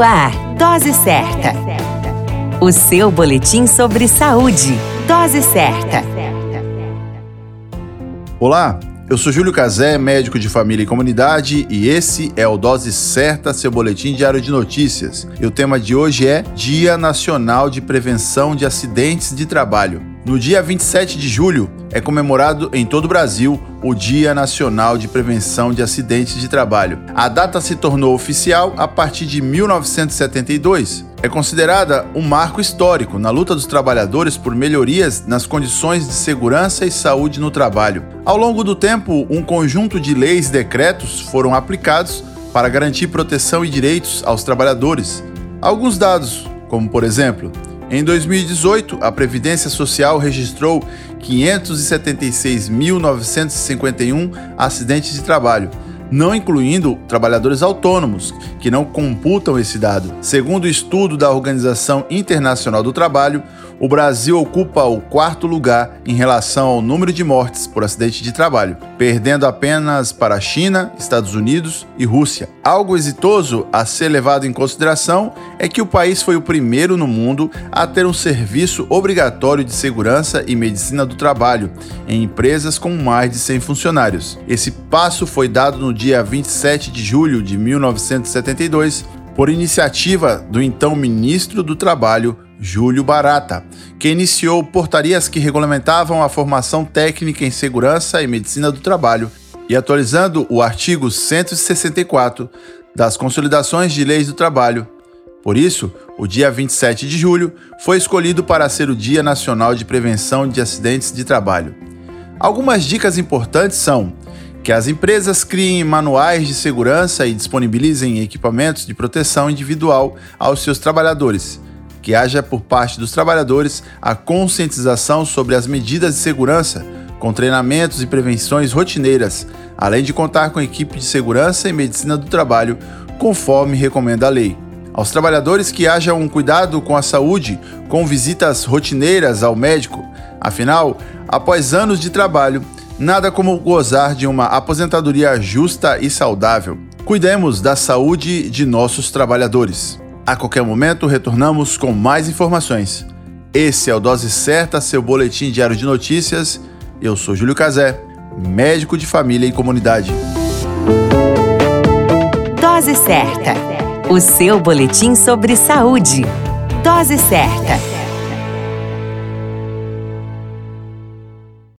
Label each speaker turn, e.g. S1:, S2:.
S1: No ar, Dose Certa. O seu boletim sobre saúde. Dose Certa.
S2: Olá, eu sou Júlio Cazé, médico de família e comunidade, e esse é o Dose Certa, seu boletim diário de notícias. E o tema de hoje é Dia Nacional de Prevenção de Acidentes de Trabalho. No dia 27 de julho, é comemorado em todo o Brasil o Dia Nacional de Prevenção de Acidentes de Trabalho. A data se tornou oficial a partir de 1972. É considerada um marco histórico na luta dos trabalhadores por melhorias nas condições de segurança e saúde no trabalho. Ao longo do tempo, um conjunto de leis e decretos foram aplicados para garantir proteção e direitos aos trabalhadores. Alguns dados, como por exemplo, em 2018, a Previdência Social registrou 576.951 acidentes de trabalho, não incluindo trabalhadores autônomos, que não computam esse dado. Segundo o estudo da Organização Internacional do Trabalho, o Brasil ocupa o 4º lugar em relação ao número de mortes por acidente de trabalho, perdendo apenas para a China, Estados Unidos e Rússia. Algo exitoso a ser levado em consideração é que o país foi o primeiro no mundo a ter um serviço obrigatório de segurança e medicina do trabalho em empresas com mais de 100 funcionários. Esse passo foi dado no dia 27 de julho de 1972 por iniciativa do então ministro do Trabalho, Júlio Barata, que iniciou portarias que regulamentavam a formação técnica em segurança e medicina do trabalho e atualizando o artigo 164 das Consolidações de Leis do Trabalho. Por isso, o dia 27 de julho foi escolhido para ser o Dia Nacional de Prevenção de Acidentes de Trabalho. Algumas dicas importantes são que as empresas criem manuais de segurança e disponibilizem equipamentos de proteção individual aos seus trabalhadores, que haja por parte dos trabalhadores a conscientização sobre as medidas de segurança, com treinamentos e prevenções rotineiras, além de contar com equipe de segurança e medicina do trabalho, conforme recomenda a lei. Aos trabalhadores que haja um cuidado com a saúde, com visitas rotineiras ao médico. Afinal, após anos de trabalho, nada como gozar de uma aposentadoria justa e saudável. Cuidemos da saúde de nossos trabalhadores. A qualquer momento, retornamos com mais informações. Esse é o Dose Certa, seu boletim diário de notícias. Eu sou Júlio Cazé, médico de família e comunidade.
S1: Dose Certa, o seu boletim sobre saúde. Dose Certa.